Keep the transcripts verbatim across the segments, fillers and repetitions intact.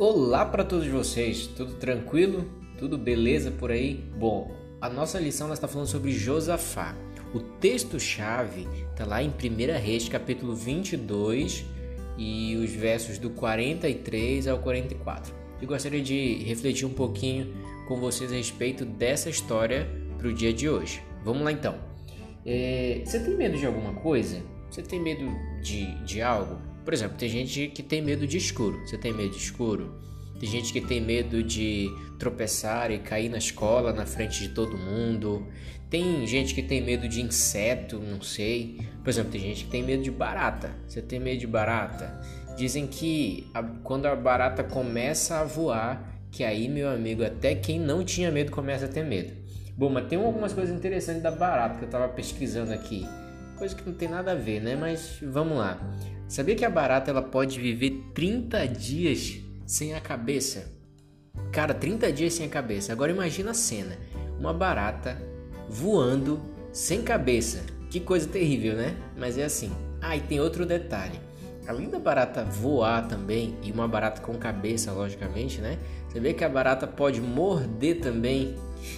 Olá para todos vocês, tudo tranquilo? Tudo beleza por aí? Bom, a nossa lição está falando sobre Josafá. O texto-chave está lá em primeira Reis, capítulo vinte e dois e os versos do quarenta e três ao quarenta e quatro. Eu gostaria de refletir um pouquinho com vocês a respeito dessa história para o dia de hoje. Vamos lá então. É, você tem medo de alguma coisa? Você tem medo de, de algo? Por exemplo, tem gente que tem medo de escuro. Você tem medo de escuro? Tem gente que tem medo de tropeçar e cair na escola na frente de todo mundo. Tem gente que tem medo de inseto, não sei. Por exemplo, tem gente que tem medo de barata. Você tem medo de barata? Dizem que a, quando a barata começa a voar, que aí, meu amigo, até quem não tinha medo começa a ter medo. Bom, mas tem algumas coisas interessantes da barata que eu estava pesquisando aqui. Coisa que não tem nada a ver, né? Mas vamos lá. Sabia que a barata ela pode viver trinta dias sem a cabeça? Cara, trinta dias sem a cabeça. Agora imagina a cena. Uma barata voando sem cabeça. Que coisa terrível, né? Mas é assim. Ah, e tem outro detalhe. Além da barata voar também, e uma barata com cabeça, logicamente, né? Você vê que a barata pode morder também.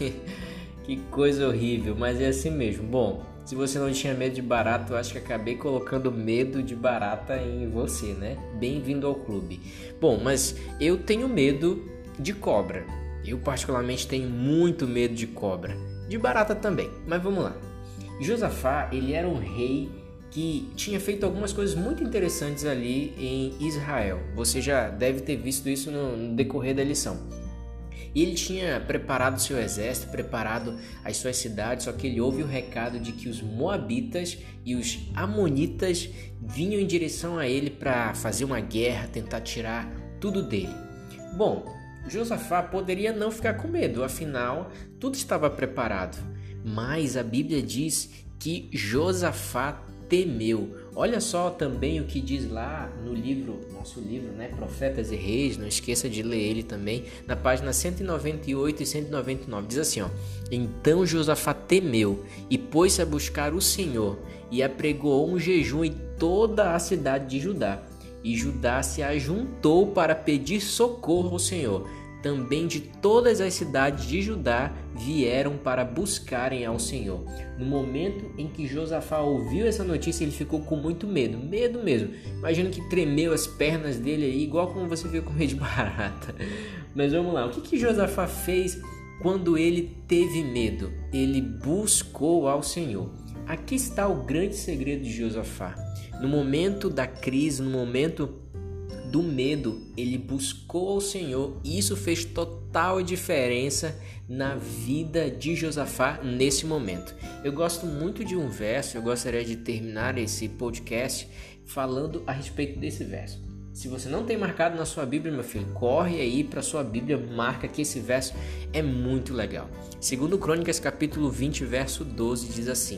Que coisa horrível, mas é assim mesmo. Bom, se você não tinha medo de barata, eu acho que acabei colocando medo de barata em você, né? Bem-vindo ao clube. Bom, mas eu tenho medo de cobra. Eu particularmente tenho muito medo de cobra. De barata também, mas vamos lá. Josafá, ele era um rei que tinha feito algumas coisas muito interessantes ali em Israel. Você já deve ter visto isso no, no decorrer da lição. E ele tinha preparado seu exército, preparado as suas cidades, só que ele ouve o recado de que os moabitas e os amonitas vinham em direção a ele para fazer uma guerra, tentar tirar tudo dele. Bom, Josafá poderia não ficar com medo, afinal, tudo estava preparado. Mas a Bíblia diz que Josafá temeu. Olha só também o que diz lá no livro, nosso livro, né, Profetas e Reis, não esqueça de ler ele também, na página cento e noventa e oito e cento e noventa e nove, diz assim, ó: Então Josafá temeu e pôs-se a buscar o Senhor e apregoou um jejum em toda a cidade de Judá. E Judá se ajuntou para pedir socorro ao Senhor. Também de todas as cidades de Judá vieram para buscarem ao Senhor. No momento em que Josafá ouviu essa notícia, ele ficou com muito medo, medo mesmo. Imagino que tremeu as pernas dele aí, igual como você viu com medo de barata. Mas vamos lá, o que que Josafá fez quando ele teve medo? Ele buscou ao Senhor. Aqui está o grande segredo de Josafá. No momento da crise, no momento do medo, ele buscou ao Senhor e isso fez total diferença na vida de Josafá nesse momento. Eu gosto muito de um verso, eu gostaria de terminar esse podcast falando a respeito desse verso. Se você não tem marcado na sua Bíblia, meu filho, corre aí para sua Bíblia, marca que esse verso é muito legal. Segundo Crônicas, capítulo vinte, verso doze, diz assim: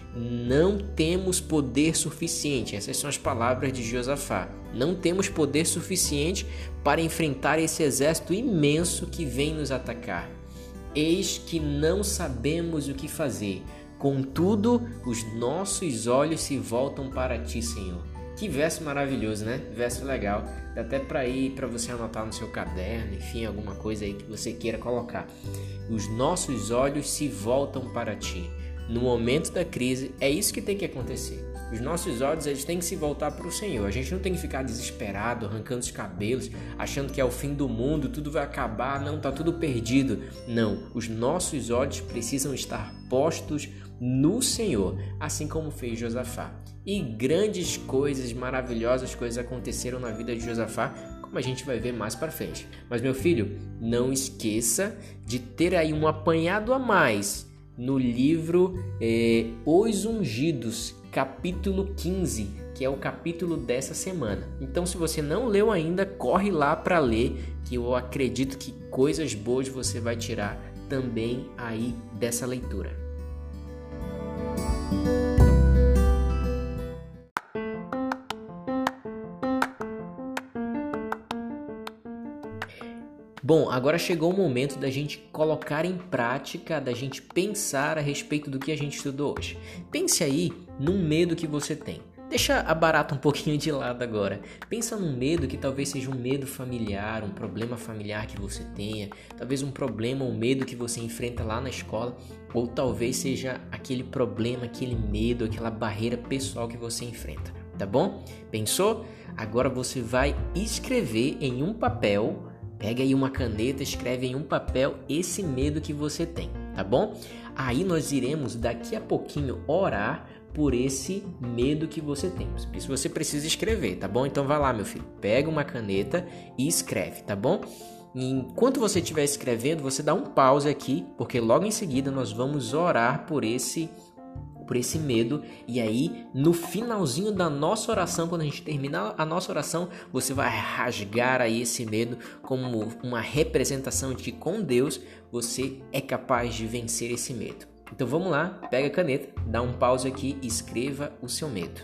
Não temos poder suficiente, essas são as palavras de Josafá, não temos poder suficiente para enfrentar esse exército imenso que vem nos atacar. Eis que não sabemos o que fazer, contudo, os nossos olhos se voltam para ti, Senhor. Que verso maravilhoso, né? Verso legal. Dá até para ir para você anotar no seu caderno, enfim, alguma coisa aí que você queira colocar. Os nossos olhos se voltam para ti. No momento da crise, é isso que tem que acontecer. Os nossos olhos eles têm que se voltar para o Senhor. A gente não tem que ficar desesperado, arrancando os cabelos, achando que é o fim do mundo, tudo vai acabar, não, tá tudo perdido. Não, os nossos olhos precisam estar postos no Senhor, assim como fez Josafá. E grandes coisas, maravilhosas coisas aconteceram na vida de Josafá, como a gente vai ver mais para frente. Mas meu filho, não esqueça de ter aí um apanhado a mais no livro eh, Os Ungidos, capítulo quinze, que é o capítulo dessa semana. Então, se você não leu ainda, corre lá para ler, que eu acredito que coisas boas você vai tirar também aí dessa leitura. Bom, agora chegou o momento da gente colocar em prática, da gente pensar a respeito do que a gente estudou hoje. Pense aí num medo que você tem. deixa a barata um pouquinho de lado agora. Pensa num medo que talvez seja um medo familiar, um problema familiar que você tenha, talvez um problema, um medo que você enfrenta lá na escola, ou talvez seja aquele problema, aquele medo, aquela barreira pessoal que você enfrenta, tá bom? Pensou? Agora você vai escrever em um papel, pega aí uma caneta, escreve em um papel esse medo que você tem, tá bom? Aí nós iremos daqui a pouquinho orar por esse medo que você tem. Isso você precisa escrever, tá bom? Então vai lá, meu filho, pega uma caneta e escreve, tá bom? E enquanto você estiver escrevendo, você dá um pause aqui, porque logo em seguida nós vamos orar por esse por esse medo, e aí no finalzinho da nossa oração, quando a gente terminar a nossa oração, você vai rasgar aí esse medo como uma representação de que com Deus você é capaz de vencer esse medo. Então vamos lá, pega a caneta, dá um pause aqui e escreva o seu medo.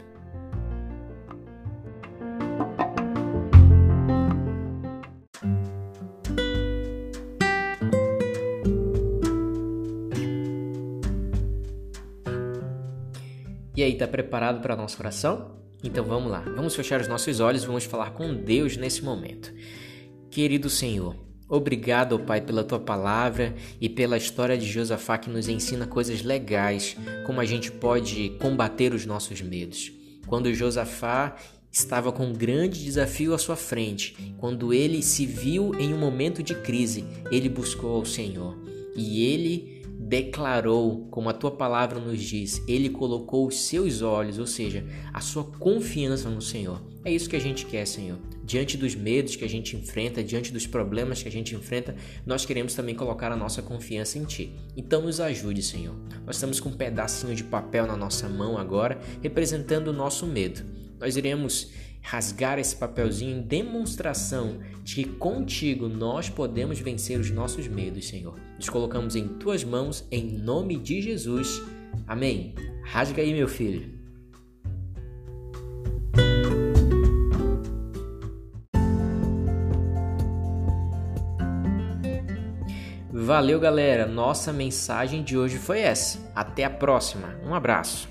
E aí, tá preparado para a nossa oração? Então vamos lá, vamos fechar os nossos olhos e vamos falar com Deus nesse momento. Querido Senhor, obrigado, ó Pai, pela Tua palavra e pela história de Josafá que nos ensina coisas legais, como a gente pode combater os nossos medos. Quando Josafá estava com um grande desafio à sua frente, quando ele se viu em um momento de crise, ele buscou ao Senhor e ele declarou, como a Tua palavra nos diz, ele colocou os seus olhos, ou seja, a sua confiança no Senhor. É isso que a gente quer, Senhor. Diante dos medos que a gente enfrenta, diante dos problemas que a gente enfrenta, nós queremos também colocar a nossa confiança em Ti. Então nos ajude, Senhor. Nós estamos com um pedacinho de papel na nossa mão agora, representando o nosso medo. Nós iremos rasgar esse papelzinho em demonstração de que contigo nós podemos vencer os nossos medos, Senhor. Nos colocamos em Tuas mãos, em nome de Jesus. Amém. Rasga aí, meu filho. Valeu, galera. Nossa mensagem de hoje foi essa. Até a próxima. Um abraço.